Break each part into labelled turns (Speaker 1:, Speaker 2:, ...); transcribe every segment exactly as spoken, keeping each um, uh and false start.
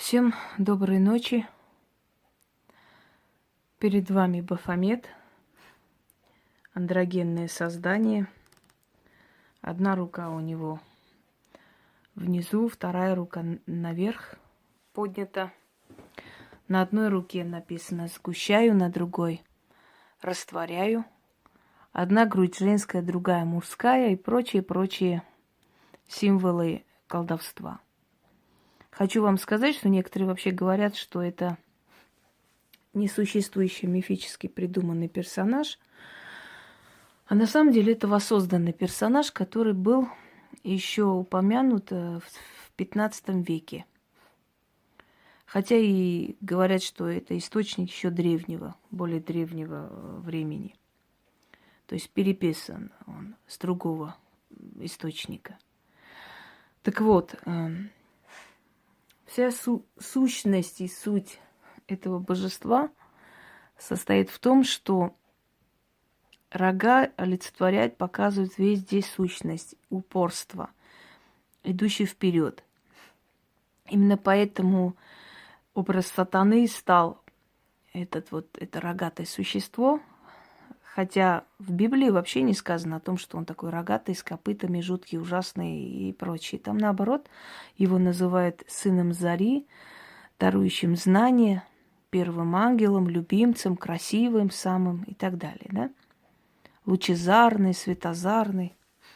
Speaker 1: Всем доброй ночи. Перед вами Бафомет, андрогенное создание. Одна рука у него внизу, вторая рука наверх поднята. На одной руке написано «сгущаю», на другой «растворяю». Одна грудь женская, другая мужская и прочие-прочие символы колдовства. Хочу вам сказать, что некоторые вообще говорят, что это несуществующий мифически придуманный персонаж, а на самом деле это воссозданный персонаж, который был еще упомянут в пятнадцатом веке. Хотя и говорят, что это источник еще древнего, более древнего времени. То есть переписан он с другого источника. Так вот, вся су- сущность и суть этого божества состоит в том, что рога олицетворяют, показывают везде сущность, упорство, идущий вперед. Именно поэтому образ сатаны стал этот вот, это рогатое существо, хотя в Библии вообще не сказано о том, что он такой рогатый, с копытами, жуткий, ужасный и прочее. Там, наоборот, его называют сыном зари, дарующим знания, первым ангелом, любимцем, красивым самым и так далее, да? Лучезарный, светозарный.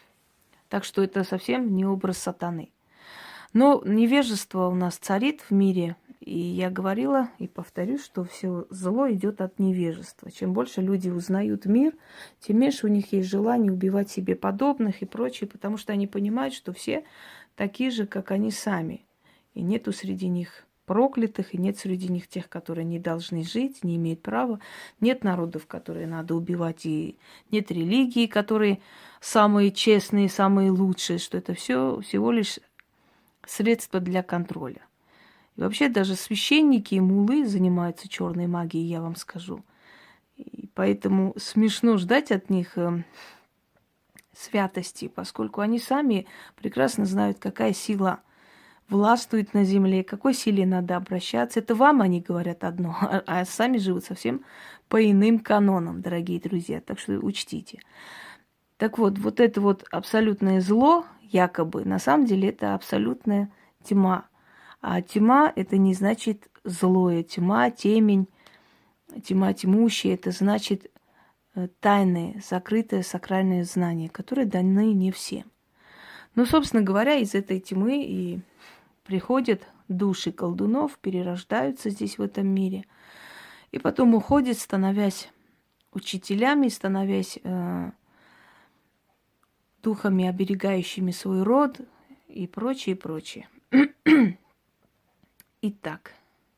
Speaker 1: Так что это совсем не образ сатаны. Но невежество у нас царит в мире, и я говорила и повторю, что все зло идет от невежества. Чем больше люди узнают мир, тем меньше у них есть желание убивать себе подобных и прочее, потому что они понимают, что все такие же, как они сами. И нету среди них проклятых, и нет среди них тех, которые не должны жить, не имеют права. Нет народов, которые надо убивать, и нет религии, которые самые честные, самые лучшие, что это все всего лишь средства для контроля. И вообще даже священники и муллы занимаются черной магией, я вам скажу. И поэтому смешно ждать от них э, святости, поскольку они сами прекрасно знают, какая сила властвует на земле, к какой силе надо обращаться. Это вам они говорят одно, а, а сами живут совсем по иным канонам, дорогие друзья. Так что учтите. Так вот, вот это вот абсолютное зло, якобы, на самом деле это абсолютная тьма. А тьма – это не значит злое. Тьма, темень, тьма тьмущая – это значит тайное, закрытое сакральное знание, которое даны не всем. Ну, собственно говоря, из этой тьмы и приходят души колдунов, перерождаются здесь, в этом мире, и потом уходят, становясь учителями, становясь э, духами, оберегающими свой род и прочее, прочее. Итак,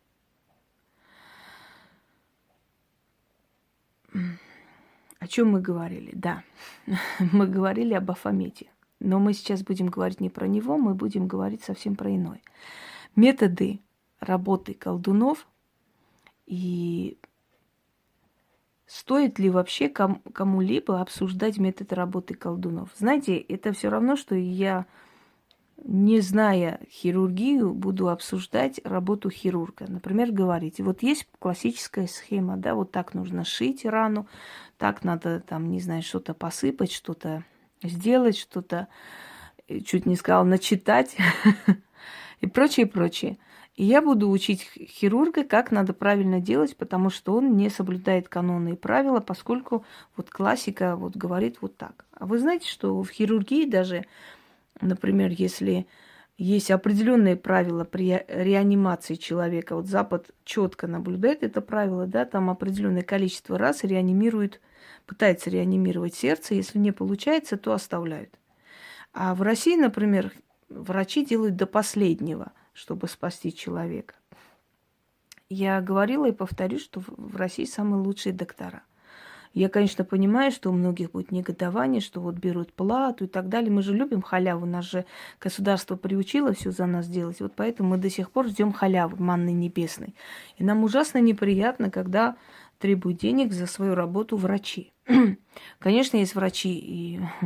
Speaker 1: о чем мы говорили? Да, мы говорили об Бафомете, но мы сейчас будем говорить не про него, мы будем говорить совсем про иное. Методы работы колдунов и стоит ли вообще ком- кому-либо обсуждать метод работы колдунов? Знаете, это все равно, что я, не зная хирургию, буду обсуждать работу хирурга. Например, говорить, вот есть классическая схема, да, вот так нужно шить рану, так надо, там, не знаю, что-то посыпать, что-то сделать, что-то, чуть не сказала, начитать и прочее, прочее. И я буду учить хирурга, как надо правильно делать, потому что он не соблюдает каноны и правила, поскольку вот классика вот говорит вот так. А вы знаете, что в хирургии даже, например, если есть определенные правила при реанимации человека, вот Запад четко наблюдает это правило, да, там определенное количество раз реанимирует, пытается реанимировать сердце, если не получается, то оставляют. А в России, например, врачи делают до последнего, чтобы спасти человека. Я говорила и повторю, что в России самые лучшие доктора. Я, конечно, понимаю, что у многих будет негодование, что вот берут плату и так далее. Мы же любим халяву, нас же государство приучило все за нас делать. Вот поэтому мы до сих пор ждем халявы, манны небесной. И нам ужасно неприятно, когда требуют денег за свою работу врачи. Конечно, есть врачи и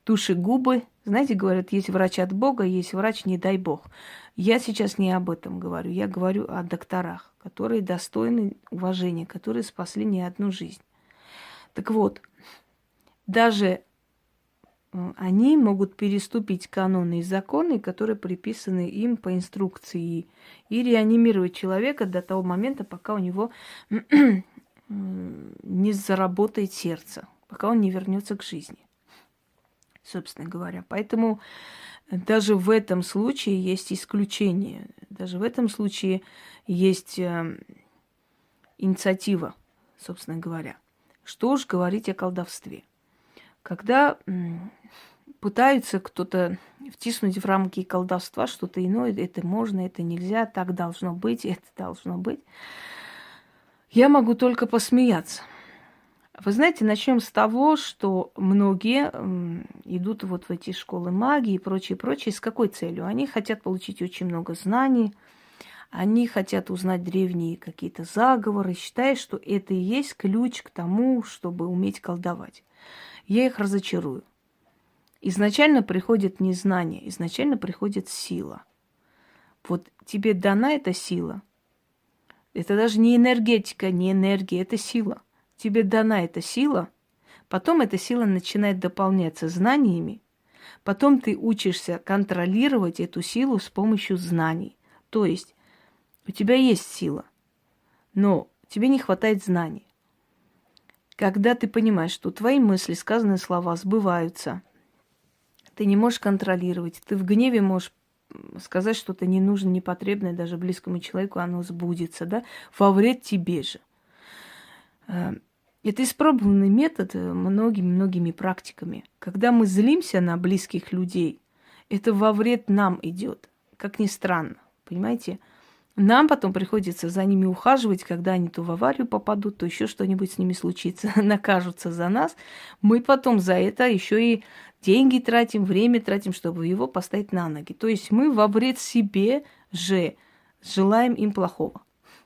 Speaker 1: душегубы. Знаете, говорят, есть врач от Бога, есть врач не дай Бог. Я сейчас не об этом говорю. Я говорю о докторах, которые достойны уважения, которые спасли не одну жизнь. Так вот, даже они могут переступить каноны и законы, которые приписаны им по инструкции, и реанимировать человека до того момента, пока у него не заработает сердце, пока он не вернется к жизни, собственно говоря. Поэтому даже в этом случае есть исключение. Даже в этом случае есть э, инициатива, собственно говоря. Что уж говорить о колдовстве. Когда м, пытаются кто-то втиснуть в рамки колдовства что-то иное, это можно, это нельзя, так должно быть, это должно быть, я могу только посмеяться. Вы знаете, начнем с того, что многие м, идут вот в эти школы магии и прочее, прочее. С какой целью? Они хотят получить очень много знаний, они хотят узнать древние какие-то заговоры, считая, что это и есть ключ к тому, чтобы уметь колдовать. Я их разочарую. Изначально приходит не знание, изначально приходит сила. Вот тебе дана эта сила. Это даже не энергетика, не энергия, это сила. Тебе дана эта сила, потом эта сила начинает дополняться знаниями, потом ты учишься контролировать эту силу с помощью знаний. То есть у тебя есть сила, но тебе не хватает знаний. Когда ты понимаешь, что твои мысли, сказанные слова сбываются, ты не можешь контролировать, ты в гневе можешь сказать что-то ненужное, непотребное даже близкому человеку, оно сбудется, да, во вред тебе же. Это испробованный метод многими-многими практиками. Когда мы злимся на близких людей, это во вред нам идет, как ни странно, понимаете? Нам потом приходится за ними ухаживать, когда они то в аварию попадут, то еще что-нибудь с ними случится, накажутся за нас. Мы потом за это еще и деньги тратим, время тратим, чтобы его поставить на ноги. То есть мы во вред себе же желаем им плохого.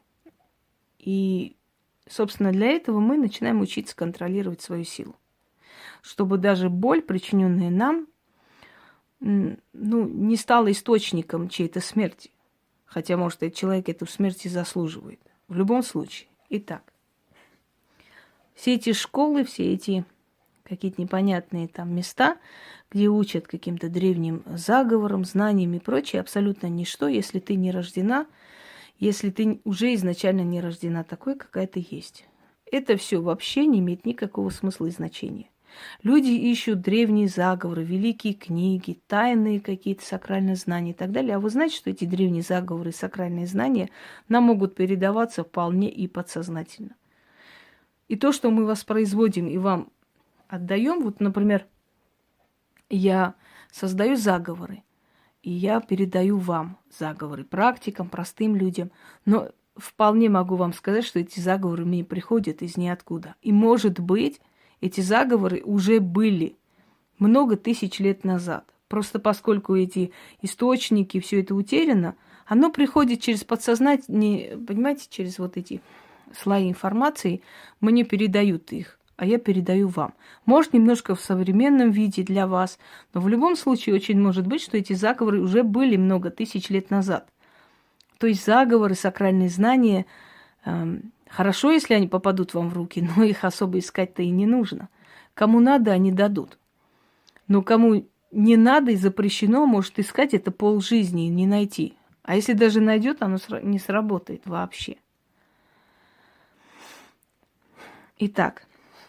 Speaker 1: И, собственно, для этого мы начинаем учиться контролировать свою силу. Чтобы даже боль, причиненная нам, ну, не стала источником чьей-то смерти. Хотя, может, этот человек эту смерть и заслуживает. В любом случае. Итак, все эти школы, все эти какие-то непонятные там места, где учат каким-то древним заговорам, знаниям и прочее, абсолютно ничто, если ты не рождена, если ты уже изначально не рождена такой, какая ты есть. Это все вообще не имеет никакого смысла и значения. Люди ищут древние заговоры, великие книги, тайные какие-то сакральные знания и так далее. А вы знаете, что эти древние заговоры и сакральные знания нам могут передаваться вполне и подсознательно. И то, что мы воспроизводим и вам отдаем, вот, например, я создаю заговоры, и я передаю вам заговоры, практикам, простым людям, но вполне могу вам сказать, что эти заговоры мне приходят из ниоткуда. И, может быть, эти заговоры уже были много тысяч лет назад. Просто поскольку эти источники, все это утеряно, оно приходит через подсознание, понимаете, через вот эти слои информации, мне передают их, а я передаю вам. Может, немножко в современном виде для вас, но в любом случае очень может быть, что эти заговоры уже были много тысяч лет назад. То есть заговоры, сакральные знания... Эм, Хорошо, если они попадут вам в руки, но их особо искать-то и не нужно. Кому надо, они дадут. Но кому не надо и запрещено, может искать это полжизни и не найти. А если даже найдет, оно не сработает вообще. Итак,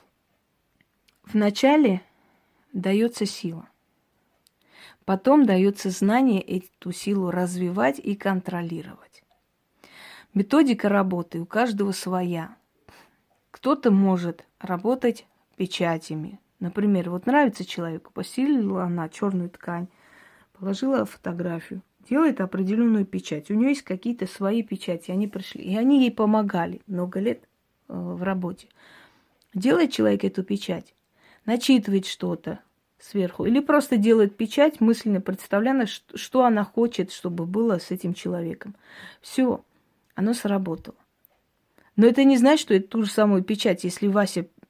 Speaker 1: вначале дается сила. Потом дается знание эту силу развивать и контролировать. Методика работы у каждого своя. Кто-то может работать печатями. Например, вот нравится человеку, постелила она черную ткань, положила фотографию, делает определенную печать. У нее есть какие-то свои печати, они пришли, и они ей помогали много лет э, в работе. Делает человек эту печать, начитывает что-то сверху, или просто делает печать, мысленно представляя, что она хочет, чтобы было с этим человеком. Все. Оно сработало. Но это не значит, что это ту же самую печать. Если Вася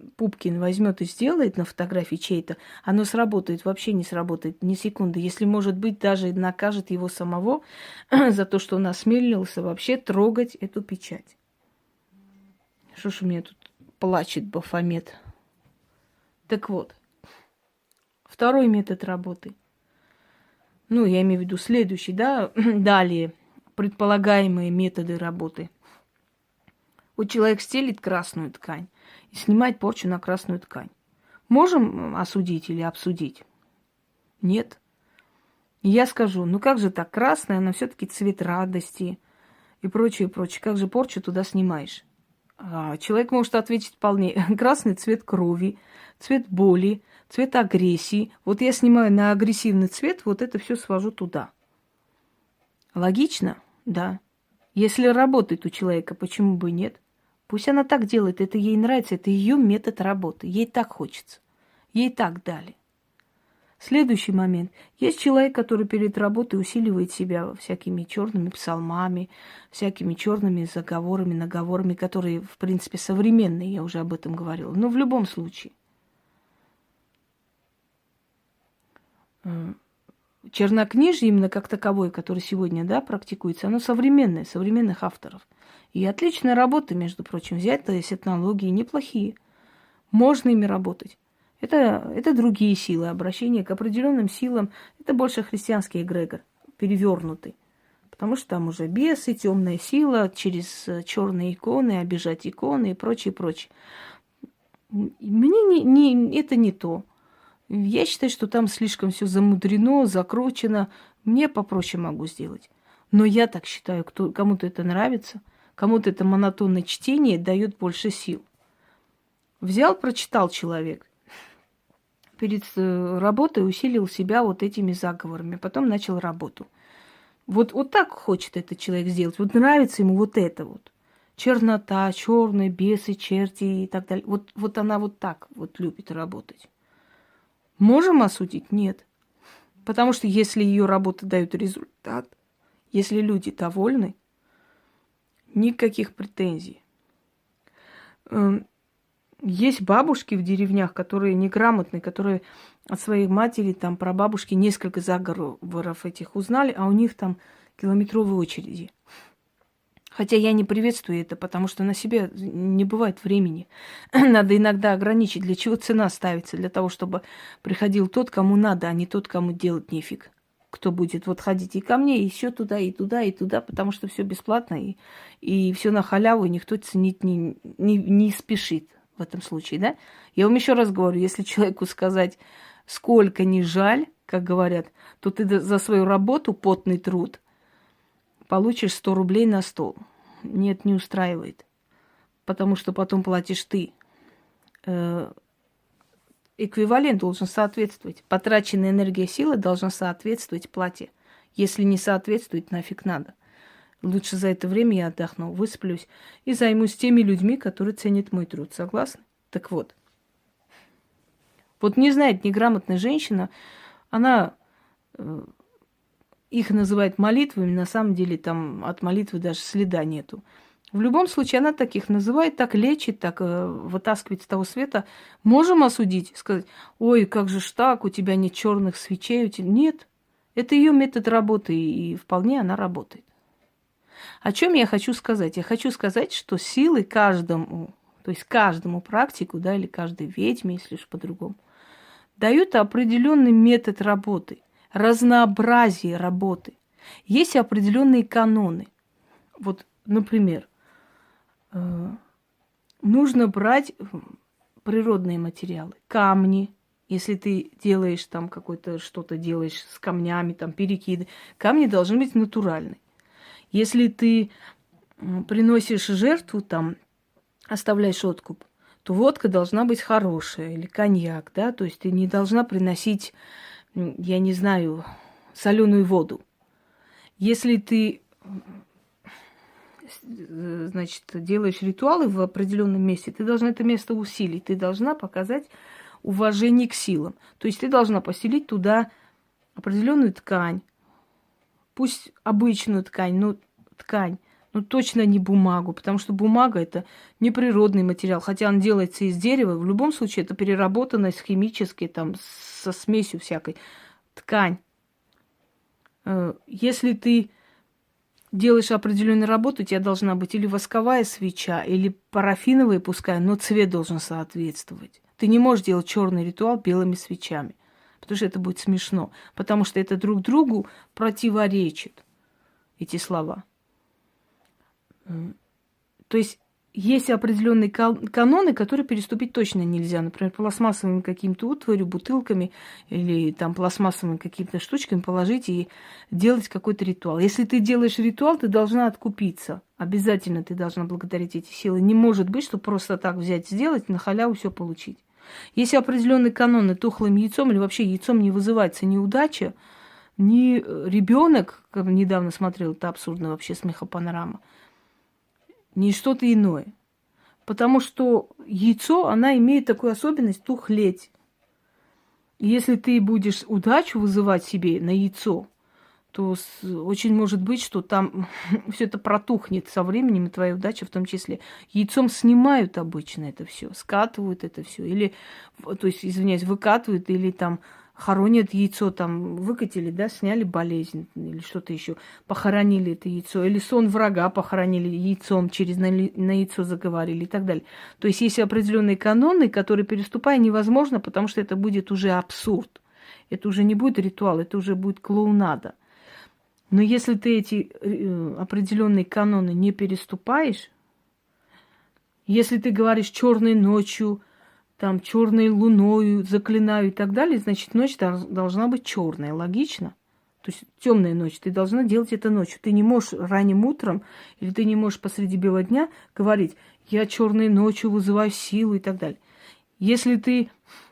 Speaker 1: Пупкин возьмет и сделает на фотографии чьей-то, оно сработает, вообще не сработает ни секунды. Если, может быть, даже накажет его самого за то, что он осмелился вообще трогать эту печать. Что ж у меня тут плачет Бафомет? Так вот, второй метод работы. Ну, я имею в виду следующий, да, далее, предполагаемые методы работы. Вот человек стелит красную ткань и снимает порчу на красную ткань. Можем осудить или обсудить? Нет. И я скажу, ну как же так, красная, она все-таки цвет радости и прочее, прочее. Как же порчу туда снимаешь? А человек может ответить вполне. Красный цвет крови, цвет боли, цвет агрессии. Вот я снимаю на агрессивный цвет, вот это все свожу туда. Логично? Да. Если работает у человека, почему бы нет? Пусть она так делает, это ей нравится, это ее метод работы. Ей так хочется. Ей так дали. Следующий момент. Есть человек, который перед работой усиливает себя всякими черными псалмами, всякими черными заговорами, наговорами, которые, в принципе, современные, я уже об этом говорила. Но в любом случае. Чернокнижие именно как таковое, которое сегодня, да, практикуется, оно современное, современных авторов. И отличная работа, между прочим, взять, то есть этнологии неплохие. Можно ими работать. Это, это другие силы, обращение к определенным силам. Это больше христианский эгрегор, перевернутый. Потому что там уже бесы, темная сила, через черные иконы, обижать иконы и прочее, прочее. Мне не, не, это не то. Я считаю, что там слишком все замудрено, закручено. Мне попроще могу сделать. Но я так считаю, кто, кому-то это нравится, кому-то это монотонное чтение дает больше сил. Взял, прочитал человек. Перед работой усилил себя вот этими заговорами, потом начал работу. Вот, вот так хочет этот человек сделать. Вот нравится ему вот это вот. Чернота, черные, бесы, черти и так далее. Вот, вот она вот так вот любит работать. Можем осудить? Нет. Потому что если ее работа дает результат, если люди довольны, никаких претензий. Есть бабушки в деревнях, которые неграмотные, которые от своей матери, там, прабабушки несколько заговоров этих узнали, а у них там километровые очереди. Хотя я не приветствую это, потому что на себе не бывает времени. Надо иногда ограничить, для чего цена ставится, для того, чтобы приходил тот, кому надо, а не тот, кому делать нефиг. Кто будет вот ходить и ко мне, и еще туда, и туда, и туда, потому что все бесплатно, и, и все на халяву, и никто ценить не, не, не спешит в этом случае, да? Я вам еще раз говорю, если человеку сказать, сколько не жаль, как говорят, то ты за свою работу, потный труд, получишь сто рублей на стол. Нет, не устраивает. Потому что потом платишь ты. Э, эквивалент должен соответствовать. Потраченная энергия силы должна соответствовать плате. Если не соответствует, нафиг надо. Лучше за это время я отдохну, высплюсь и займусь теми людьми, которые ценят мой труд. Согласны? Так вот. Вот не знает неграмотная женщина, она... Э, их называют молитвами, на самом деле там от молитвы даже следа нету. В любом случае, она таких называет, так лечит, так э, вытаскивает с того света. Можем осудить, сказать, ой, как же ж так, у тебя нет черных свечей. У тебя... Нет, это ее метод работы, и вполне она работает. О чем я хочу сказать? Я хочу сказать, что силы каждому, то есть каждому практику, да, или каждой ведьме, если уж по-другому, дают определенный метод работы. Разнообразие работы. Есть определенные каноны. Вот, например, э, нужно брать природные материалы, камни. Если ты делаешь там какое-то что-то делаешь с камнями, там перекиды, камни должны быть натуральные. Если ты приносишь жертву, там оставляешь откуп, то водка должна быть хорошая или коньяк, да, то есть ты не должна приносить, я не знаю, соленую воду. Если ты, значит, делаешь ритуалы в определенном месте, ты должна это место усилить, ты должна показать уважение к силам. То есть ты должна поселить туда определенную ткань, пусть обычную ткань, но ткань, Ну, точно не бумагу, потому что бумага – это неприродный материал. Хотя он делается из дерева, в любом случае это переработанная химически, там, со смесью всякой ткань. Если ты делаешь определенную работу, у тебя должна быть или восковая свеча, или парафиновая, пускай, но цвет должен соответствовать. Ты не можешь делать черный ритуал белыми свечами, потому что это будет смешно, потому что это друг другу противоречит, эти слова. То есть есть определенные каноны, которые переступить точно нельзя. Например, пластмассовыми какими-то утварью, бутылками или там пластмассовыми какими-то штучками положить и делать какой-то ритуал. Если ты делаешь ритуал, ты должна откупиться. Обязательно ты должна благодарить эти силы. Не может быть, что просто так взять, сделать, на халяву все получить. Если определенные каноны тухлым яйцом или вообще яйцом не вызывается ни удача, ни ребенок, как недавно смотрел, это абсурдно вообще, смехопанорама, не что-то иное. Потому что яйцо, она имеет такую особенность тухлеть. И если ты будешь удачу вызывать себе на яйцо, то очень может быть, что там все это протухнет со временем, и твоя удача в том числе. Яйцом снимают обычно это все, скатывают это все, или, то есть, извиняюсь, выкатывают, или там хоронят яйцо, там выкатили, да, сняли болезнь или что-то еще, похоронили это яйцо, или сон врага похоронили яйцом, через на, на яйцо заговорили и так далее. То есть есть определенные каноны, которые, переступая, невозможно, потому что это будет уже абсурд. Это уже не будет ритуал, это уже будет клоунада. Но если ты эти э, определенные каноны не переступаешь, если ты говоришь черной ночью, там черной луною заклинаю и так далее, значит, ночь должна быть черная, логично. То есть темная ночь, ты должна делать это ночью. Ты не можешь ранним утром или ты не можешь посреди бела дня говорить: я черной ночью вызываю силу и так далее. Если ты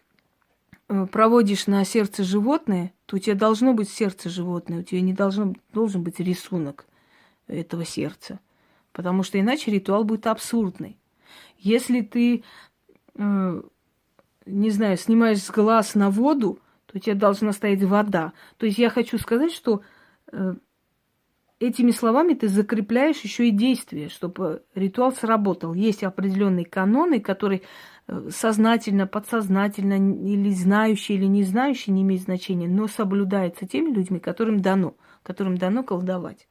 Speaker 1: проводишь на сердце животное, то у тебя должно быть сердце животное, у тебя не должно, должен быть рисунок этого сердца, потому что иначе ритуал будет абсурдный. Если ты, э, не знаю, снимаешь с глаз на воду, то у тебя должна стоять вода. То есть я хочу сказать, что э, этими словами ты закрепляешь еще и действие, чтобы ритуал сработал. Есть определенные каноны, которые сознательно, подсознательно, или знающие, или не знающие, не имеет значения, но соблюдается теми людьми, которым дано, которым дано колдовать.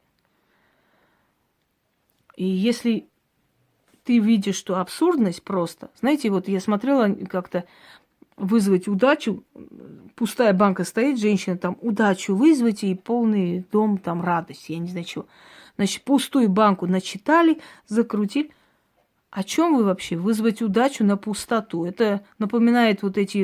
Speaker 1: И если ты видишь, что абсурдность просто... Знаете, вот я смотрела как-то вызвать удачу, пустая банка стоит, женщина там: удачу вызвать, и полный дом там радости, я не знаю чего. Значит, пустую банку начитали, закрутили. О чем вы вообще? Вызвать удачу на пустоту. Это напоминает вот эти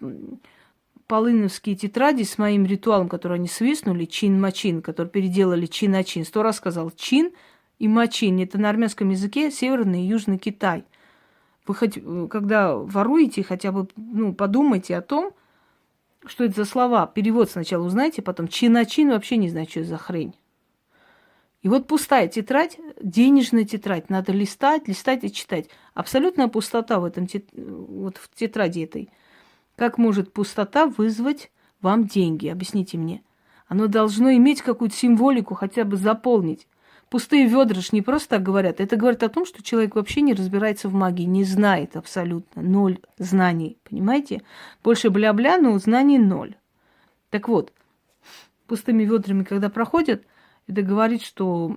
Speaker 1: полыновские тетради с моим ритуалом, который они свистнули, чин-мачин, который переделали чин-ачин. Сто раз сказал чин и мачин. Это на армянском языке Северный и Южный Китай. Вы хоть, когда воруете, хотя бы ну, подумайте о том, что это за слова. Перевод сначала узнайте, потом чин-ачин вообще не знаю, что это за хрень. И вот пустая тетрадь, денежная тетрадь, надо листать, листать и читать. Абсолютная пустота в этом тет... вот в тетради этой. Как может пустота вызвать вам деньги? Объясните мне. Оно должно иметь какую-то символику, хотя бы заполнить. Пустые ведра ж не просто так говорят. Это говорит о том, что человек вообще не разбирается в магии, не знает абсолютно. Ноль знаний, понимаете? Больше бля-бля, но знаний ноль. Так вот, пустыми ведрами, когда проходят, это говорит, что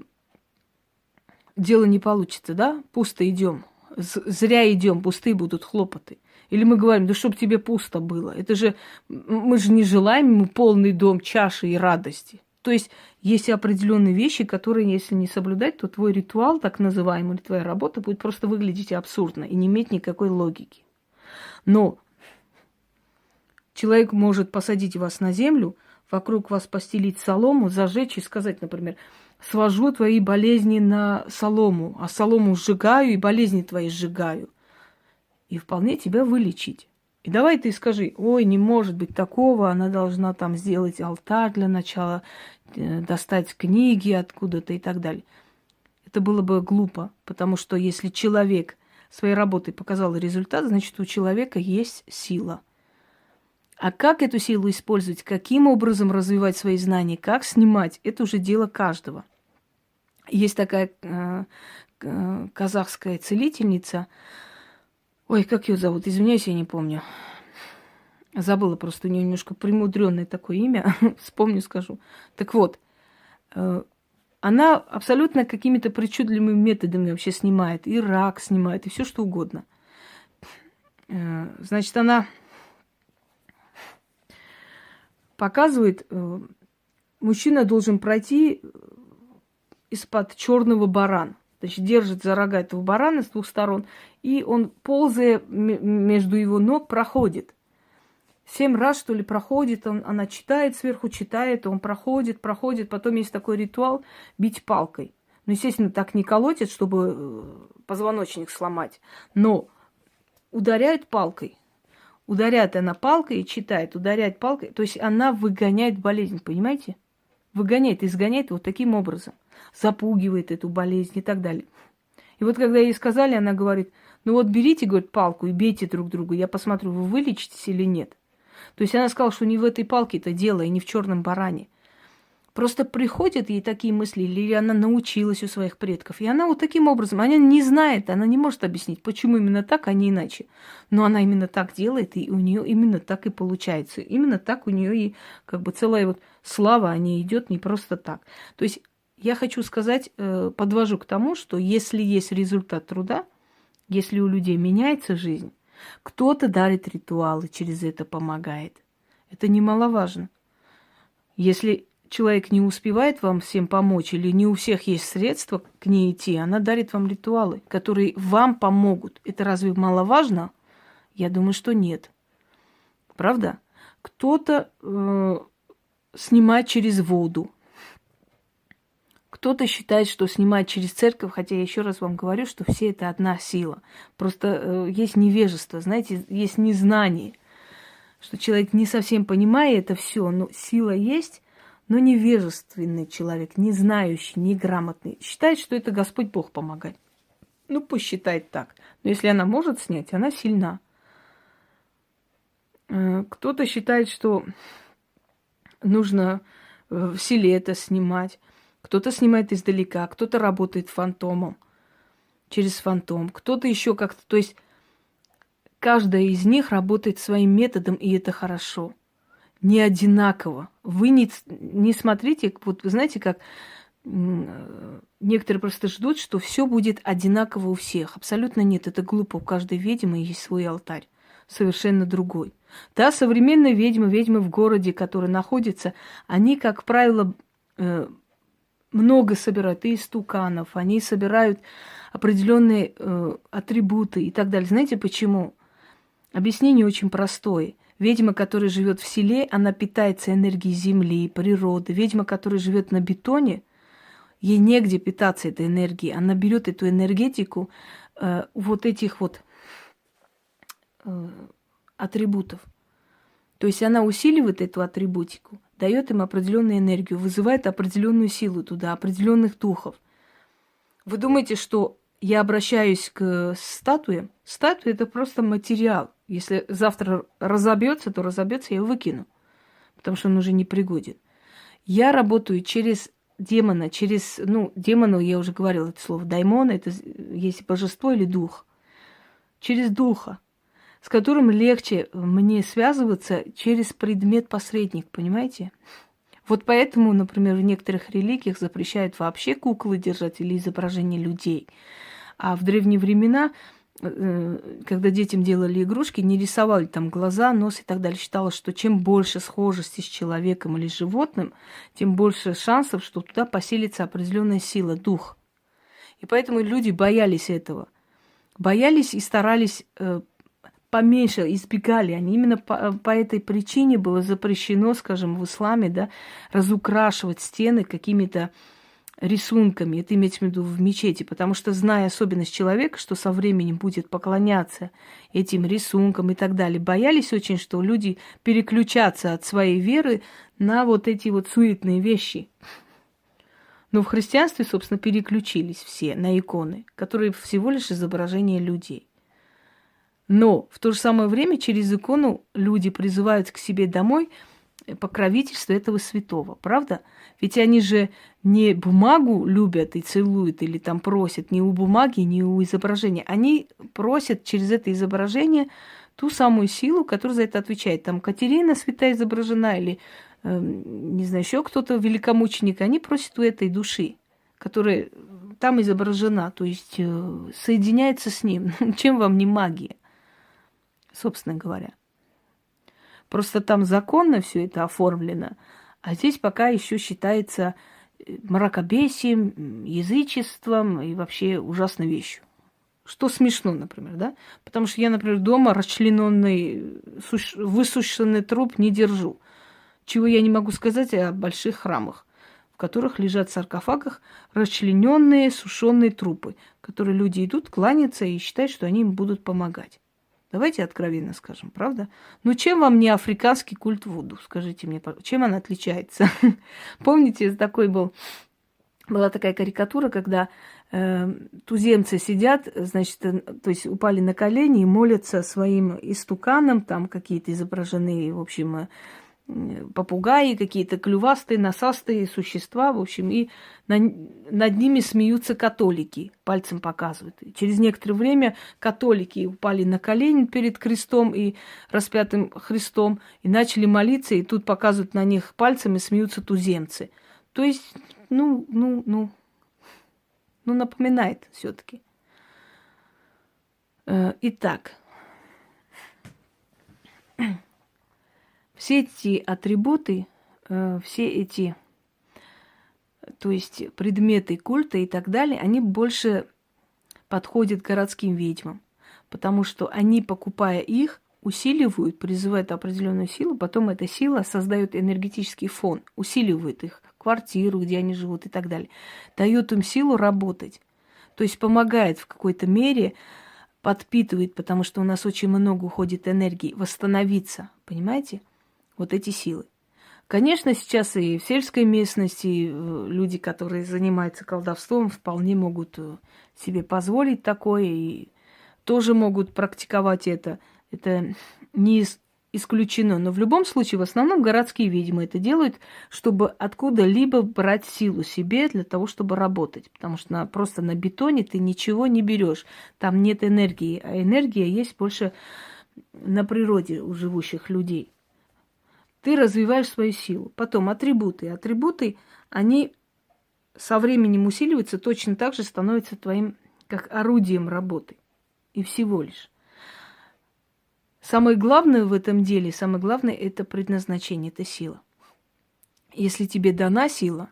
Speaker 1: дело не получится, да? Пусто идем. Зря идем, пустые будут хлопоты. Или мы говорим: да чтоб тебе пусто было. Это же, мы же не желаем ему полный дом чаши и радости. То есть есть определенные вещи, которые, если не соблюдать, то твой ритуал, так называемый, или твоя работа будет просто выглядеть абсурдно и не иметь никакой логики. Но человек может посадить вас на землю, вокруг вас постелить солому, зажечь и сказать, например: свожу твои болезни на солому, а солому сжигаю и болезни твои сжигаю. И вполне тебя вылечить. И давай ты скажи: ой, не может быть такого, она должна там сделать алтарь для начала, достать книги откуда-то и так далее. Это было бы глупо, потому что если человек своей работой показал результат, значит, у человека есть сила. А как эту силу использовать, каким образом развивать свои знания, как снимать, это уже дело каждого. Есть такая э, э, казахская целительница. Ой, как ее зовут? Извиняюсь, я не помню. Забыла просто, у нее немножко премудренное такое имя. Вспомню, скажу. Так вот, э, она абсолютно какими-то причудливыми методами вообще снимает. И рак снимает, и все что угодно. Э, значит, она показывает, э, мужчина должен пройти из-под черного барана. Значит, держит за рога этого барана с двух сторон, и он, ползая м- между его ног, проходит. Семь раз, что ли, проходит, он, она читает сверху, читает, он проходит, проходит. Потом есть такой ритуал бить палкой. Ну, естественно, так не колотит, чтобы позвоночник сломать, но ударяет палкой. Ударяет она палкой и читает, ударяет палкой. То есть она выгоняет болезнь, понимаете? Выгоняет, изгоняет вот таким образом. Запугивает эту болезнь и так далее. И вот когда ей сказали, она говорит, ну вот берите, говорит, палку и бейте друг друга, я посмотрю, вы вылечитесь или нет. То есть она сказала, что не в этой палке-то дело, и не в черном баране. Просто приходят ей такие мысли, или она научилась у своих предков. И она вот таким образом, она не знает, она не может объяснить, почему именно так, а не иначе. Но она именно так делает, и у нее именно так и получается. Именно так у нее и как бы целая вот слава о ней идет не просто так. То есть я хочу сказать, подвожу к тому, что если есть результат труда, если у людей меняется жизнь, кто-то дарит ритуалы, через это помогает. Это немаловажно. Если человек не успевает вам всем помочь, или не у всех есть средства к ней идти, она дарит вам ритуалы, которые вам помогут. Это разве маловажно? Я думаю, что нет. Правда? Кто-то э, снимает через воду. Кто-то считает, что снимать через церковь, хотя я еще раз вам говорю, что все это одна сила. Просто э, есть невежество, знаете, есть незнание, что человек не совсем понимает это все, но сила есть, но невежественный человек, не знающий, неграмотный, считает, что это Господь Бог помогает. Ну, пусть считает так. Но если она может снять, она сильна. Э, кто-то считает, что нужно в селе это снимать. Кто-то снимает издалека, кто-то работает фантомом, через фантом, кто-то еще как-то. То есть каждая из них работает своим методом, и это хорошо. Не одинаково. Вы не, не смотрите, вот вы знаете, как некоторые просто ждут, что все будет одинаково у всех. Абсолютно нет, это глупо. У каждой ведьмы есть свой алтарь, совершенно другой. Да, современные ведьмы, ведьмы в городе, которые находятся, они, как правило, много собирают и истуканов, они собирают определенные э, атрибуты и так далее. Знаете почему? Объяснение очень простое. Ведьма, которая живет в селе, она питается энергией земли, природы. Ведьма, которая живет на бетоне, ей негде питаться этой энергией. Она берет эту энергетику э, вот этих вот э, атрибутов. То есть она усиливает эту атрибутику, дает им определенную энергию, вызывает определенную силу туда, определенных духов. Вы думаете, что я обращаюсь к статуям? Статуя – это просто материал. Если завтра разобьется, то разобьется, я его выкину, потому что он уже не пригоден. Я работаю через демона, через, ну, демону, я уже говорила это слово, даймон – это есть божество или дух. Через духа, с которым легче мне связываться через предмет-посредник, понимаете? Вот поэтому, например, в некоторых религиях запрещают вообще куклы держать или изображения людей. А в древние времена, когда детям делали игрушки, не рисовали там глаза, нос и так далее. Считалось, что чем больше схожести с человеком или животным, тем больше шансов, что туда поселится определенная сила, дух. И поэтому люди боялись этого. Боялись и старались поменьше, избегали они. Именно по, по этой причине было запрещено, скажем, в исламе, да, разукрашивать стены какими-то рисунками. Это имеется в виду в мечети, потому что, зная особенность человека, что со временем будет поклоняться этим рисункам и так далее, боялись очень, что люди переключатся от своей веры на вот эти вот суетные вещи. Но в христианстве, собственно, переключились все на иконы, которые всего лишь изображения людей. Но в то же самое время через икону люди призывают к себе домой покровительство этого святого, правда? Ведь они же не бумагу любят и целуют или там просят, не у бумаги, не у изображения. Они просят через это изображение ту самую силу, которая за это отвечает. Там Катерина святая изображена или, э, не знаю, еще кто-то великомученик. Они просят у этой души, которая там изображена, то есть э, соединяется с ним. Чем вам не магия, собственно говоря? Просто там законно все это оформлено, а здесь пока еще считается мракобесием, язычеством и вообще ужасной вещью. Что смешно, например, да? Потому что я, например, дома расчлененный, высушенный труп не держу. Чего я не могу сказать о больших храмах, в которых лежат в саркофагах расчлененные, сушеные трупы, которые люди идут, кланяются и считают, что они им будут помогать. Давайте откровенно скажем, правда? Ну, чем вам не африканский культ Вуду? Скажите мне, чем он отличается? Помните, такой был, была такая карикатура, когда э, туземцы сидят, значит, э, то есть упали на колени и молятся своим истуканам, там какие-то изображены, в общем, э, попугаи, какие-то клювастые, носастые существа, в общем, и на, над ними смеются католики, пальцем показывают. И через некоторое время католики упали на колени перед крестом и распятым Христом и начали молиться, и тут показывают на них пальцем и смеются туземцы. То есть, ну, ну, ну, ну, напоминает все-таки. Итак, все эти атрибуты, все эти, то есть предметы культа и так далее, они больше подходят городским ведьмам, потому что они, покупая их, усиливают, призывают определенную силу, потом эта сила создает энергетический фон, усиливает их квартиру, где они живут и так далее, дает им силу работать, то есть помогает в какой-то мере, подпитывает, потому что у нас очень много уходит энергии, восстановиться, понимаете? Вот эти силы. Конечно, сейчас и в сельской местности люди, которые занимаются колдовством, вполне могут себе позволить такое и тоже могут практиковать это. Это не исключено. Но в любом случае, в основном городские ведьмы это делают, чтобы откуда-либо брать силу себе для того, чтобы работать. Потому что на, просто на бетоне ты ничего не берешь. Там нет энергии. А энергия есть больше на природе у живущих людей. Ты развиваешь свою силу. Потом атрибуты. Атрибуты, они со временем усиливаются, точно так же становятся твоим как орудием работы. И всего лишь. Самое главное в этом деле, самое главное, это предназначение, это сила. Если тебе дана сила,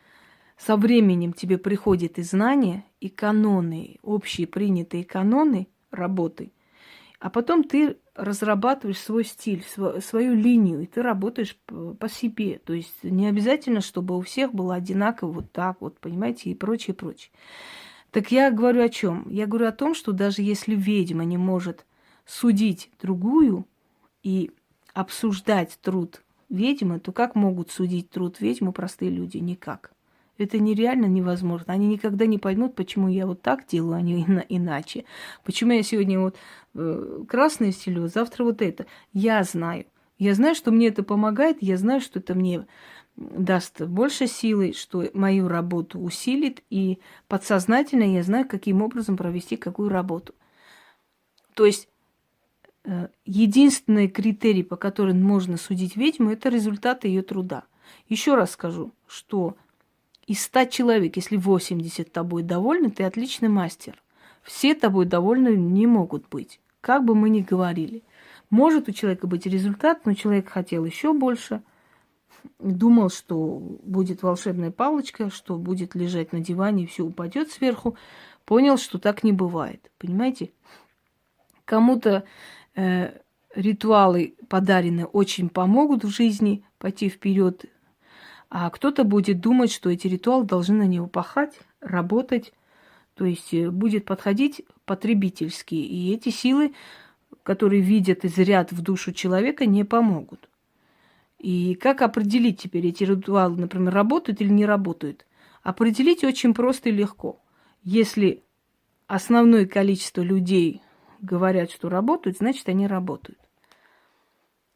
Speaker 1: со временем тебе приходят и знания, и каноны, общие принятые каноны работы, а потом ты разрабатываешь свой стиль, свою линию, и ты работаешь по себе. То есть не обязательно, чтобы у всех было одинаково вот так вот, понимаете, и прочее, прочее. Так я говорю о чем? Я говорю о том, что даже если ведьма не может судить другую и обсуждать труд ведьмы, то как могут судить труд ведьмы простые люди? Никак. Это нереально невозможно. Они никогда не поймут, почему я вот так делаю, а не иначе. Почему я сегодня вот э, красное стелю, завтра вот это. Я знаю. Я знаю, что мне это помогает, я знаю, что это мне даст больше силы, что мою работу усилит, и подсознательно я знаю, каким образом провести какую работу. То есть э, единственный критерий, по которому можно судить ведьму, это результаты ее труда. Еще раз скажу, что из ста человек, если восемьдесят тобой довольны, ты отличный мастер. Все тобой довольны не могут быть. Как бы мы ни говорили. Может у человека быть результат, но человек хотел еще больше. Думал, что будет волшебная палочка, что будет лежать на диване и все упадет сверху. Понял, что так не бывает. Понимаете? Кому-то э, ритуалы подаренные очень помогут в жизни пойти вперед. А кто-то будет думать, что эти ритуалы должны на него пахать, работать, то есть будет подходить потребительски. И эти силы, которые видят и зрят в душу человека, не помогут. И как определить теперь, эти ритуалы, например, работают или не работают? Определить очень просто и легко. Если основное количество людей говорят, что работают, значит, они работают.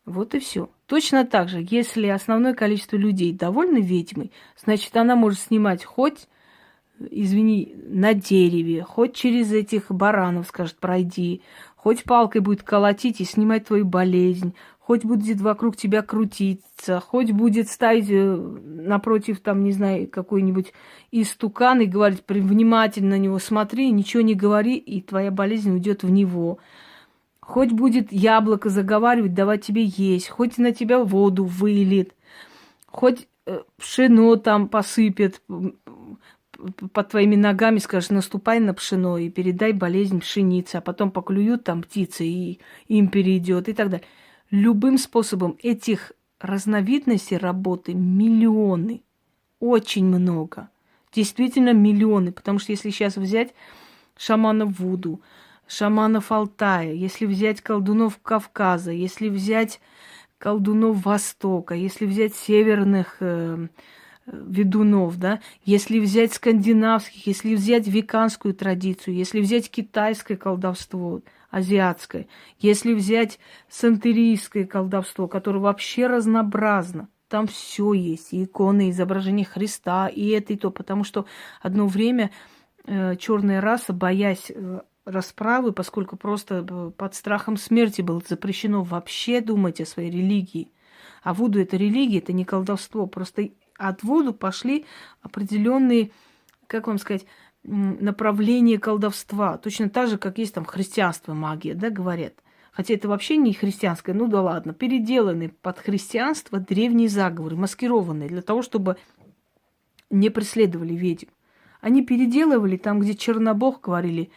Speaker 1: Вот и все. Точно так же, если основное количество людей довольны ведьмой, значит, она может снимать хоть, извини, на дереве, хоть через этих баранов, скажет, пройди, хоть палкой будет колотить и снимать твою болезнь, хоть будет вокруг тебя крутиться, хоть будет ставить напротив, там, не знаю, какой-нибудь истукан и говорить, внимательно на него смотри, ничего не говори, и твоя болезнь уйдет в него. Хоть будет яблоко заговаривать, давать тебе есть, хоть на тебя воду вылит, хоть пшено там посыпет под твоими ногами, скажешь, наступай на пшено и передай болезнь пшенице, а потом поклюют там птицы и им перейдет и так далее. Любым способом этих разновидностей работы миллионы, очень много, действительно миллионы, потому что если сейчас взять шаманов Вуду, шаманов Алтая, если взять колдунов Кавказа, если взять колдунов Востока, если взять северных э, ведунов, да, если взять скандинавских, если взять веканскую традицию, если взять китайское колдовство, азиатское, если взять сантерийское колдовство, которое вообще разнообразно, там все есть, и иконы, и изображения Христа, и это, и то, потому что одно время э, черная раса, боясь э, расправы, поскольку просто под страхом смерти было запрещено вообще думать о своей религии. А вуду это религия, это не колдовство. Просто от вуду пошли определенные, как вам сказать, направления колдовства. Точно так же, как есть там христианство, магия, да, говорят. Хотя это вообще не христианское, ну да ладно, переделанные под христианство древние заговоры, маскированные, для того, чтобы не преследовали ведьм. Они переделывали там, где Чернобог, говорили,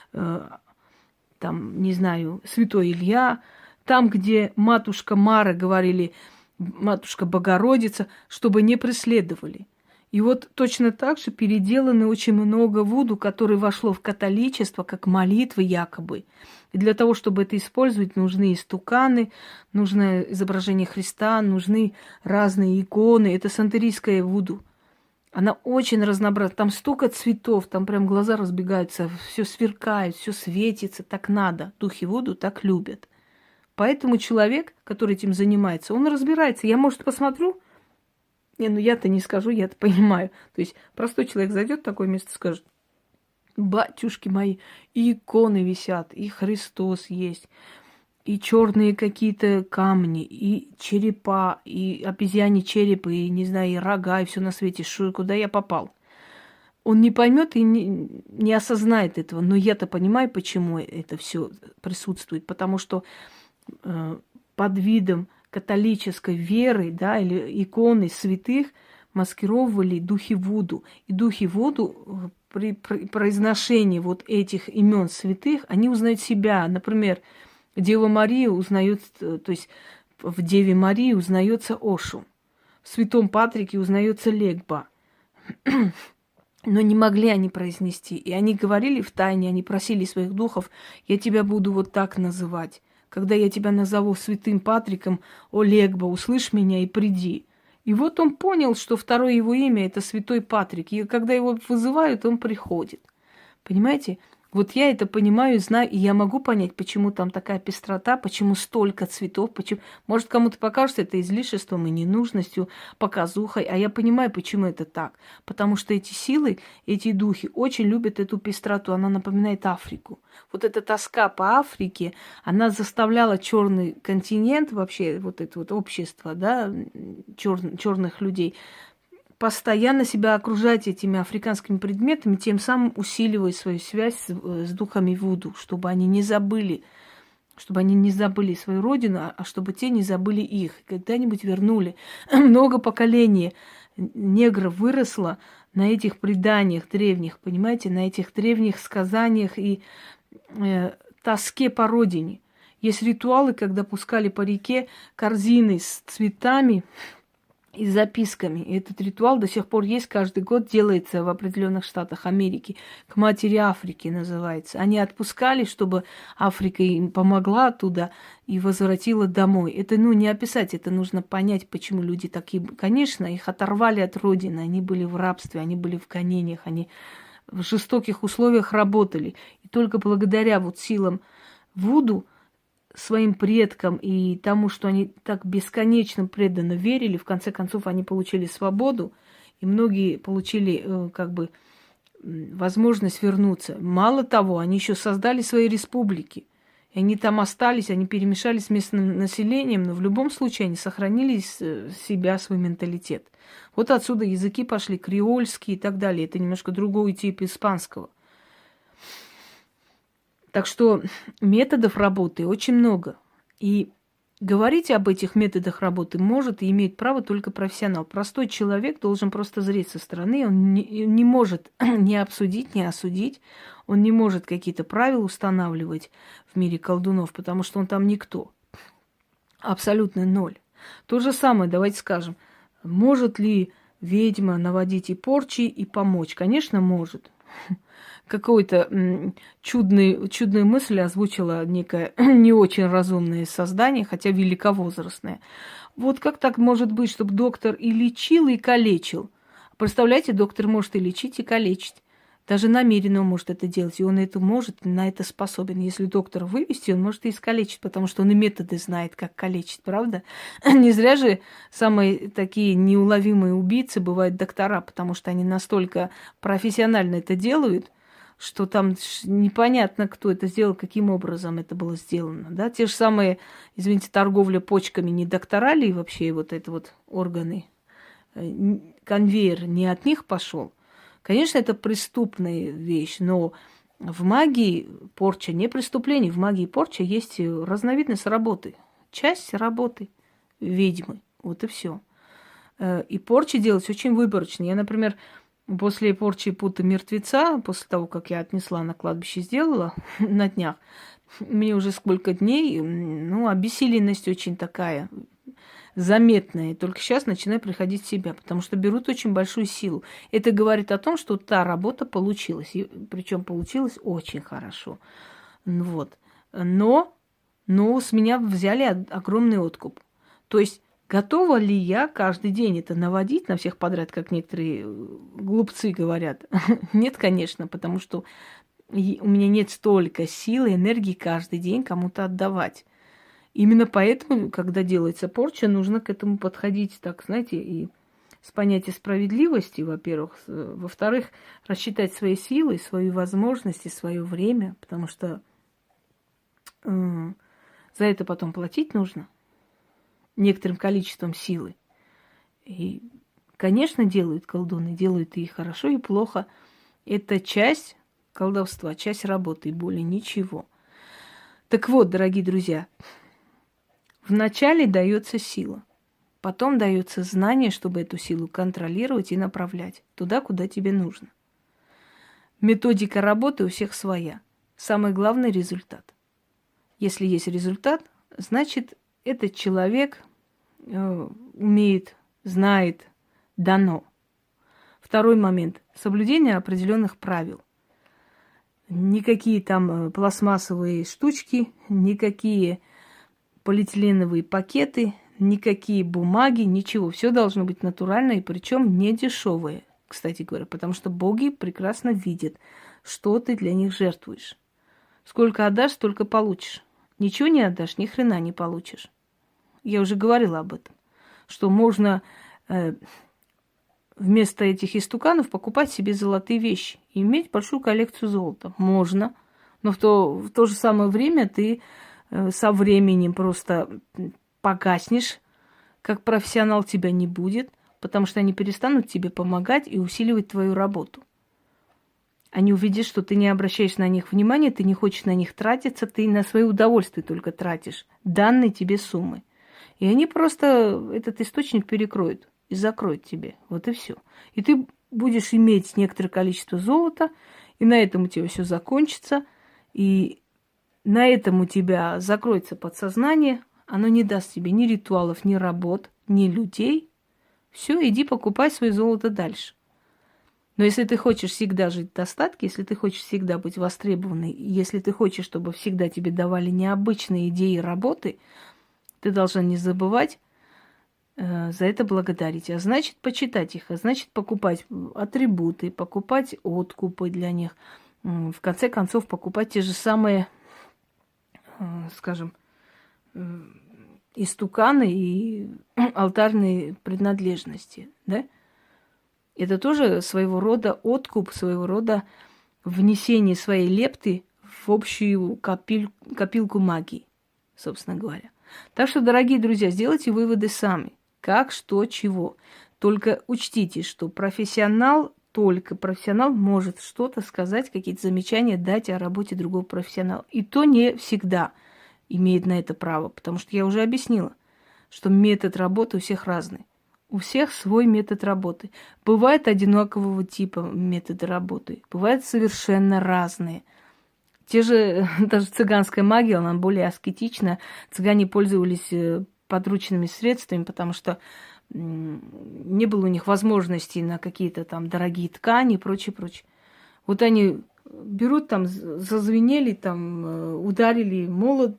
Speaker 1: там, не знаю, святой Илья, там, где матушка Мара, говорили, матушка Богородица, чтобы не преследовали. И вот точно так же переделаны очень много вуду, которое вошло в католичество, как молитвы якобы. И для того, чтобы это использовать, нужны истуканы, нужно изображение Христа, нужны разные иконы. Это сантерийское вуду. Она очень разнообразна. Там столько цветов, там прям глаза разбегаются, все сверкает, все светится, так надо. Духи вуду так любят. Поэтому человек, который этим занимается, он разбирается. Я, может, посмотрю, не, ну я-то не скажу, я-то понимаю. То есть простой человек зайдет в такое место и скажет: батюшки мои, и иконы висят, и Христос есть, и черные какие-то камни, и черепа, и обезьяне черепы, и, не знаю, и рога, и все на свете. Шо, куда я попал? Он не поймет и не, не осознает этого. Но я-то понимаю, почему это все присутствует. Потому что э, под видом католической веры, да, или иконы святых маскировали духи вуду. И духи вуду при, при произношении вот этих имен святых, они узнают себя. Например, Дева Мария узнает, то есть в Деве Марии узнается Ошу, в Святом Патрике узнается Легба. Но не могли они произнести. И они говорили в тайне, они просили своих духов: я тебя буду вот так называть. Когда я тебя назову Святым Патриком, о Легба, услышь меня и приди. И вот он понял, что второе его имя – это Святой Патрик. И когда его вызывают, он приходит. Понимаете? Вот я это понимаю, знаю, и я могу понять, почему там такая пестрота, почему столько цветов, почему... Может, кому-то покажется это излишеством и ненужностью, показухой, а я понимаю, почему это так. Потому что эти силы, эти духи очень любят эту пестроту, она напоминает Африку. Вот эта тоска по Африке, она заставляла черный континент, вообще вот это вот общество, да, чер... черных людей, постоянно себя окружать этими африканскими предметами, тем самым усиливая свою связь с, с духами вуду, чтобы они не забыли, чтобы они не забыли свою родину, а чтобы те не забыли их, когда-нибудь вернули. Много поколений негров выросло на этих преданиях древних, понимаете, на этих древних сказаниях и э, тоске по родине. Есть ритуалы, когда пускали по реке корзины с цветами и записками. И этот ритуал до сих пор есть, каждый год делается в определенных штатах Америки. К матери Африки называется. Они отпускали, чтобы Африка им помогла оттуда и возвратила домой. Это, ну, не описать, это нужно понять, почему люди такие. Конечно, их оторвали от родины, они были в рабстве, они были в гонениях, они в жестоких условиях работали. И только благодаря вот силам вуду своим предкам и тому, что они так бесконечно преданно верили, в конце концов они получили свободу, и многие получили как бы возможность вернуться. Мало того, они еще создали свои республики. И они там остались, они перемешались с местным населением, но в любом случае они сохранили себя, свой менталитет. Вот отсюда языки пошли, креольские и так далее. Это немножко другой тип испанского. Так что методов работы очень много. И говорить об этих методах работы может и имеет право только профессионал. Простой человек должен просто зреть со стороны. Он не, не может ни обсудить, ни осудить. Он не может какие-то правила устанавливать в мире колдунов, потому что он там никто. Абсолютно ноль. То же самое, давайте скажем, может ли ведьма наводить и порчи, и помочь? Конечно, может. Какой-то м, чудный, чудную мысль озвучила некое не очень разумное создание, хотя великовозрастное. Вот как так может быть, чтобы доктор и лечил, и калечил? Представляете, доктор может и лечить, и калечить. Даже намеренно он может это делать, и он это может, на это способен. Если доктора вывести, он может и искалечить, потому что он и методы знает, как калечить, правда? Не зря же самые такие неуловимые убийцы бывают доктора, потому что они настолько профессионально это делают, что там непонятно, кто это сделал, каким образом это было сделано. Да? Те же самые, извините, торговля почками не доктора ли вообще вот это вот органы? Конвейер не от них пошел? Конечно, это преступная вещь, но в магии порча не преступление. В магии порча есть разновидность работы. Часть работы ведьмы. Вот и все. И порчи делать очень выборочно. Я, например, после порчи пута мертвеца, после того, как я отнесла на кладбище, сделала на днях, мне уже сколько дней, ну, обессиленность очень такая заметная. Только сейчас начинаю приходить в себя, потому что берут очень большую силу. Это говорит о том, что та работа получилась. И, причем получилась очень хорошо. Вот. Но, но с меня взяли огромный откуп. То есть готова ли я каждый день это наводить на всех подряд, как некоторые глупцы говорят? Нет, конечно, потому что у меня нет столько силы, энергии каждый день кому-то отдавать. Именно поэтому, когда делается порча, нужно к этому подходить, так, знаете, и с понятием справедливости, во-первых. Во-вторых, рассчитать свои силы, свои возможности, свое время, потому что э, за это потом платить нужно некоторым количеством силы. И, конечно, делают колдуны, делают и хорошо, и плохо. Это часть колдовства, часть работы, и более ничего. Так вот, дорогие друзья, вначале дается сила, потом дается знание, чтобы эту силу контролировать и направлять туда, куда тебе нужно. Методика работы у всех своя. Самый главный результат. Если есть результат, значит, этот человек э, умеет, знает, дано. Второй момент. Соблюдение определенных правил. Никакие там пластмассовые штучки, никакие полиэтиленовые пакеты, никакие бумаги, ничего. Все должно быть натурально и причем не дешевое, кстати говоря, потому что боги прекрасно видят, что ты для них жертвуешь. Сколько отдашь, столько получишь. Ничего не отдашь, ни хрена не получишь. Я уже говорила об этом, что можно э, вместо этих истуканов покупать себе золотые вещи и иметь большую коллекцию золота. Можно, но в то, в то же самое время ты э, со временем просто погаснешь, как профессионал тебя не будет, потому что они перестанут тебе помогать и усиливать твою работу. Они увидят, что ты не обращаешь на них внимания, ты не хочешь на них тратиться, ты на свое удовольствие только тратишь данные тебе суммы. И они просто этот источник перекроют и закроют тебе. Вот и все. И ты будешь иметь некоторое количество золота, и на этом у тебя все закончится, и на этом у тебя закроется подсознание, оно не даст тебе ни ритуалов, ни работ, ни людей. Все, иди покупай свое золото дальше. Но если ты хочешь всегда жить в достатке, если ты хочешь всегда быть востребованной, если ты хочешь, чтобы всегда тебе давали необычные идеи работы, ты должна не забывать э, за это благодарить. А значит, почитать их, а значит, покупать атрибуты, покупать откупы для них. В конце концов, покупать те же самые, э, скажем, истуканы и алтарные принадлежности, да? Это тоже своего рода откуп, своего рода внесение своей лепты в общую копиль, копилку магии, собственно говоря. Так что, дорогие друзья, сделайте выводы сами. Как, что, чего. Только учтите, что профессионал, только профессионал может что-то сказать, какие-то замечания дать о работе другого профессионала. И то не всегда имеет на это право, потому что я уже объяснила, что метод работы у всех разный. У всех свой метод работы. Бывает одинакового типа методы работы, бывают совершенно разные. Те же, даже цыганская магия, она более аскетична. Цыгане пользовались подручными средствами, потому что не было у них возможности на какие-то там дорогие ткани и прочее, прочее. Вот они берут там, зазвенели, там, ударили молот,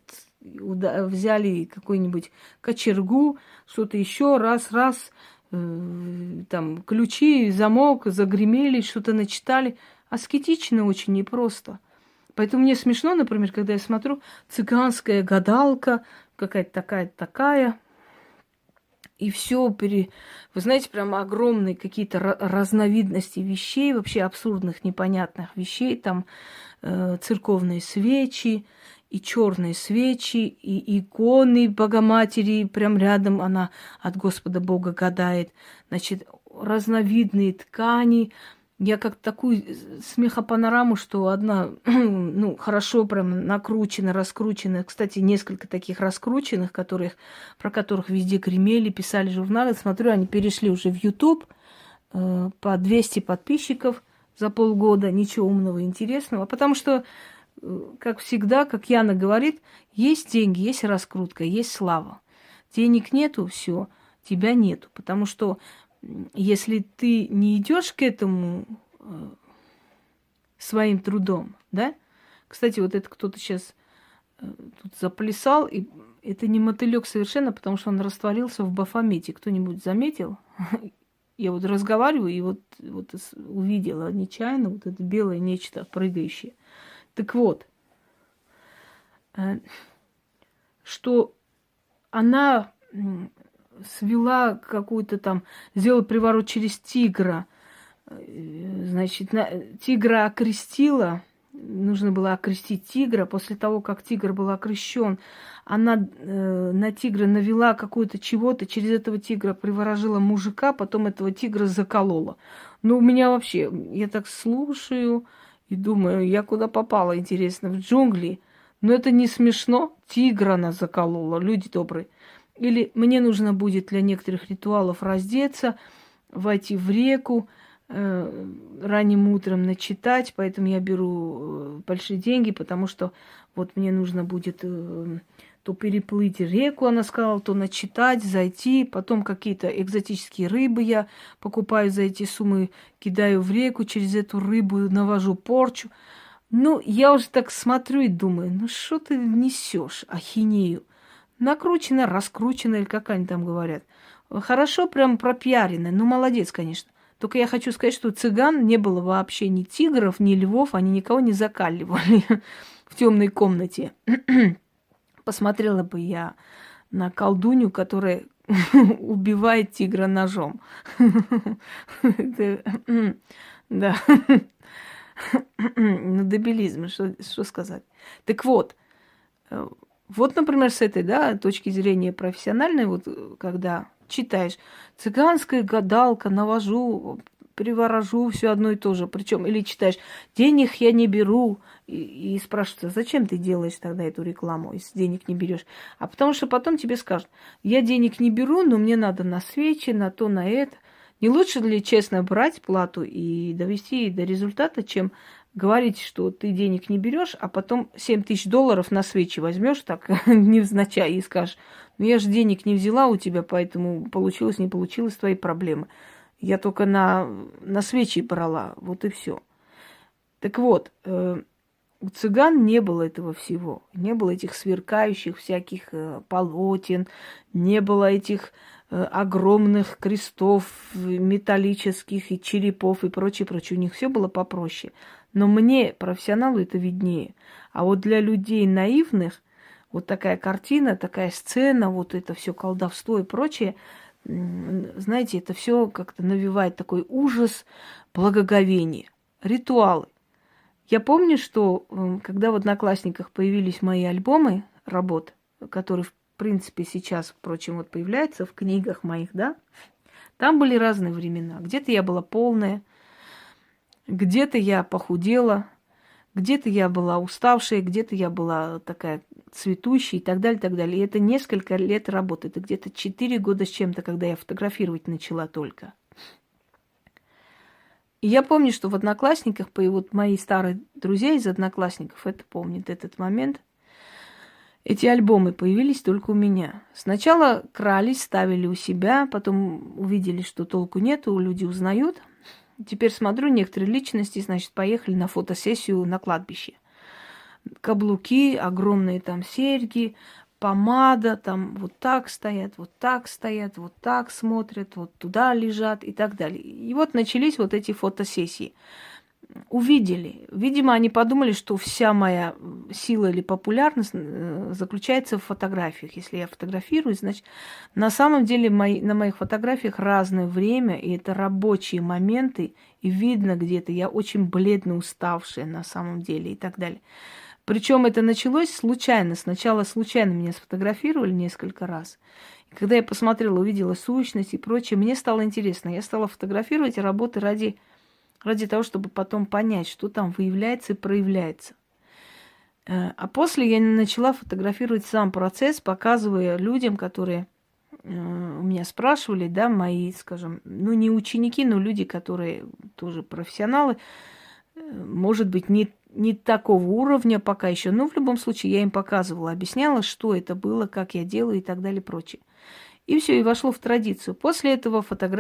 Speaker 1: взяли какую-нибудь кочергу, что-то еще, раз-раз, э, там, ключи, замок, загремели, что-то начитали. Аскетично очень непросто. Поэтому мне смешно, например, когда я смотрю цыганская гадалка, какая-то такая-такая, и все пере... Вы знаете, прям огромные какие-то разновидности вещей, вообще абсурдных, непонятных вещей, там э, церковные свечи, и черные свечи, и иконы Богоматери, прям рядом она от Господа Бога гадает. Значит, разновидные ткани. Я как такую смехопанораму, что одна, ну, хорошо прям накручена, раскручена. Кстати, несколько таких раскрученных, которых, про которых везде гремели, писали журналы. Смотрю, они перешли уже в YouTube э, по двести подписчиков за полгода. Ничего умного и интересного. Потому что как всегда, как Яна говорит, есть деньги, есть раскрутка, есть слава. Денег нету, все, тебя нету. Потому что если ты не идешь к этому э, своим трудом, да? Кстати, вот это кто-то сейчас э, тут заплясал, и это не мотылек совершенно, потому что он растворился в Бафомете. Кто-нибудь заметил? Я вот разговариваю и вот, вот увидела нечаянно вот это белое нечто прыгающее. Так вот, что она свела какую-то там, сделала приворот через тигра, значит, тигра окрестила, нужно было окрестить тигра, после того, как тигр был окрещен, она на тигра навела какую-то чего-то, через этого тигра приворожила мужика, потом этого тигра заколола. Ну, у меня вообще, я так слушаю... И думаю, я куда попала, интересно, в джунгли. Но это не смешно. Тигра она заколола, люди добрые. Или мне нужно будет для некоторых ритуалов раздеться, войти в реку, э, ранним утром начитать, поэтому я беру большие деньги, потому что вот мне нужно будет э, то переплыть реку, она сказала, то начитать, зайти, потом какие-то экзотические рыбы я покупаю за эти суммы, кидаю в реку, через эту рыбу навожу порчу. Ну, я уже так смотрю и думаю, ну что ты несешь, ахинею? Накручено, раскручено, или как они там говорят. Хорошо прям пропиарено, ну молодец, конечно. Только я хочу сказать, что у цыган не было вообще ни тигров, ни львов, они никого не закаливали в темной комнате. Посмотрела бы я на колдунью, которая убивает тигра ножом. Да. Ну, дебилизм, что сказать. Так вот, вот, например, с этой, да, точки зрения профессиональной, вот когда читаешь, цыганская гадалка, навожу, приворожу, все одно и то же. Причем, или читаешь, денег я не беру, и, и спрашивается, зачем ты делаешь тогда эту рекламу, если денег не берешь? А потому что потом тебе скажут, я денег не беру, но мне надо на свечи, на то, на это. Не лучше ли честно брать плату и довести до результата, чем говорить, что ты денег не берешь, а потом семь тысяч долларов на свечи возьмешь так невзначай и скажешь, ну я же денег не взяла у тебя, поэтому получилось, не получилось, твои проблемы. Я только на, на свечи брала, вот и все. Так вот, э, у цыган не было этого всего. Не было этих сверкающих всяких э, полотен, не было этих э, огромных крестов металлических и черепов и прочее, прочее. У них все было попроще. Но мне, профессионалу, это виднее. А вот для людей наивных, вот такая картина, такая сцена, вот это все колдовство и прочее, знаете, это все как-то навевает такой ужас, благоговение, ритуалы. Я помню, что когда в Одноклассниках появились мои альбомы работ, которые, в принципе, сейчас, впрочем, вот появляются в книгах моих, да, там были разные времена. Где-то я была полная, где-то я похудела, где-то я была уставшая, где-то я была такая цветущая и так далее, и так далее. И это несколько лет работы. Это где-то четыре года с чем-то, когда я фотографировать начала только. И я помню, что в Одноклассниках, вот мои старые друзья из Одноклассников, это помнят этот момент, эти альбомы появились только у меня. Сначала крались, ставили у себя, потом увидели, что толку нету, люди узнают. Теперь смотрю, некоторые личности, значит, поехали на фотосессию на кладбище. Каблуки, огромные там серьги, помада, там вот так стоят, вот так стоят, вот так смотрят, вот туда лежат и так далее. И вот начались вот эти фотосессии. Увидели. Видимо, они подумали, что вся моя сила или популярность заключается в фотографиях. Если я фотографирую, значит, на самом деле мои, на моих фотографиях разное время, и это рабочие моменты, и видно где-то, я очень бледно уставшая на самом деле и так далее. Причем это началось случайно. Сначала случайно меня сфотографировали несколько раз. И когда я посмотрела, увидела сущность и прочее, мне стало интересно. Я стала фотографировать работы ради... ради того, чтобы потом понять, что там выявляется и проявляется. А после я начала фотографировать сам процесс, показывая людям, которые у меня спрашивали, да, мои, скажем, ну, не ученики, но люди, которые тоже профессионалы, может быть, не, не такого уровня пока еще, но в любом случае я им показывала, объясняла, что это было, как я делаю и так далее, прочее. И все, и вошло в традицию. После этого фотографии